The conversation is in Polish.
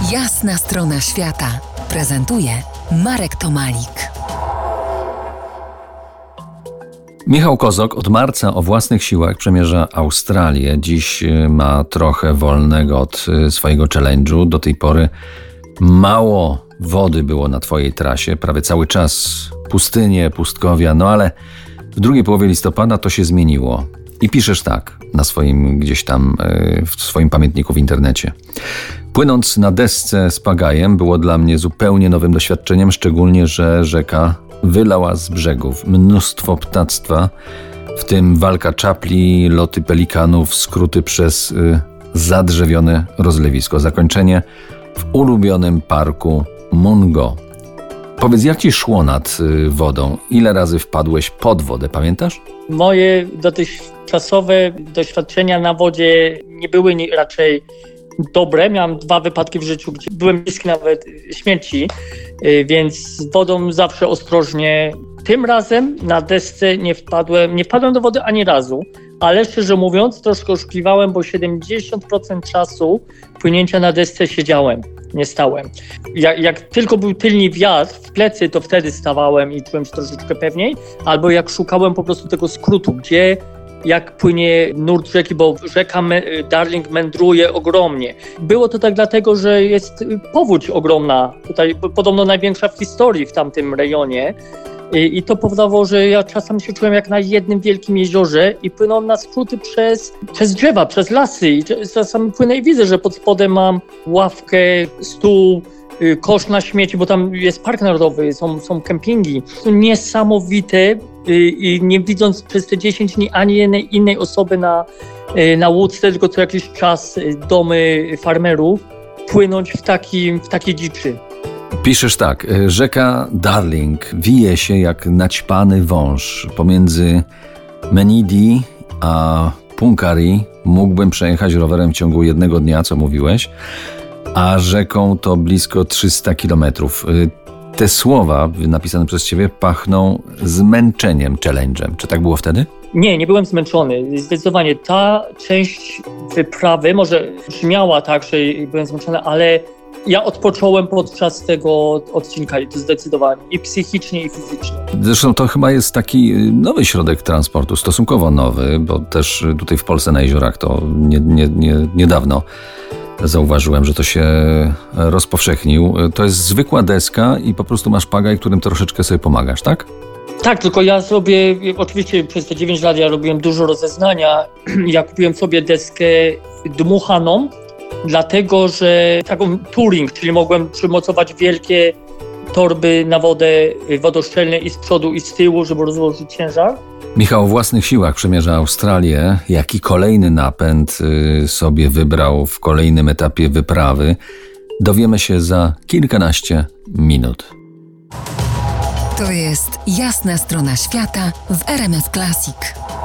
Jasna strona świata prezentuje Marek Tomalik. Michał Kozok od marca o własnych siłach przemierza Australię. Dziś ma trochę wolnego od swojego challenge'u. Do tej pory mało wody było na twojej trasie, prawie cały czas pustynie, pustkowia, ale w drugiej połowie listopada to się zmieniło. I piszesz tak na swoim gdzieś tam, w swoim pamiętniku w internecie. Płynąc na desce z pagajem było dla mnie zupełnie nowym doświadczeniem, szczególnie, że rzeka wylała z brzegów mnóstwo ptactwa, w tym walka czapli, loty pelikanów, skróty przez zadrzewione rozlewisko. Zakończenie w ulubionym parku Mungo. Powiedz, jak ci szło nad wodą? Ile razy wpadłeś pod wodę, pamiętasz? Moje dotychczasowe doświadczenia na wodzie nie były raczej dobre. Miałem 2 wypadki w życiu, gdzie byłem bliski nawet śmierci, więc z wodą zawsze ostrożnie. Tym razem na desce nie wpadłem do wody ani razu, ale szczerze mówiąc troszkę oszukiwałem, bo 70% czasu płynięcia na desce siedziałem, nie stałem. Jak tylko był tylny wiatr w plecy, to wtedy stawałem i czułem się troszeczkę pewniej, albo jak szukałem po prostu tego skrótu, gdzie jak płynie nurt rzeki, bo rzeka Darling mędruje ogromnie. Było to tak dlatego, że jest powódź ogromna, tutaj podobno największa w historii w tamtym rejonie. I to powodowało, że ja czasem się czułem jak na jednym wielkim jeziorze i płynąłem na skróty przez drzewa, przez lasy. I czasami płynę i widzę, że pod spodem mam ławkę, stół, kosz na śmieci, bo tam jest park narodowy, są kempingi. To niesamowite i nie widząc przez te 10 dni ani jednej innej osoby na łódce, tylko co jakiś czas domy farmerów, płynąć w takiej dziczy. Piszesz tak, rzeka Darling wije się jak naćpany wąż. Pomiędzy Menidi a Punkari mógłbym przejechać rowerem w ciągu jednego dnia, co mówiłeś, a rzeką to blisko 300 kilometrów. Te słowa napisane przez ciebie pachną zmęczeniem challenge'em. Czy tak było wtedy? Nie byłem zmęczony. Zdecydowanie ta część wyprawy może brzmiała tak, że byłem zmęczony, ale ja odpocząłem podczas tego odcinka i to zdecydowanie i psychicznie, i fizycznie. Zresztą to chyba jest taki nowy środek transportu, stosunkowo nowy, bo też tutaj w Polsce na jeziorach to niedawno zauważyłem, że to się rozpowszechnił. To jest zwykła deska i po prostu masz pagaj, którym troszeczkę sobie pomagasz, tak? Tak, tylko ja sobie, oczywiście przez te 9 lat ja robiłem dużo rozeznania. Ja kupiłem sobie deskę dmuchaną, dlatego że taką touring, czyli mogłem przymocować wielkie torby na wodę wodoszczelne i z przodu i z tyłu, żeby rozłożyć ciężar. Michał o własnych siłach przemierza Australię. Jaki kolejny napęd sobie wybrał w kolejnym etapie wyprawy? Dowiemy się za kilkanaście minut. To jest Jasna strona świata w RMF Classic.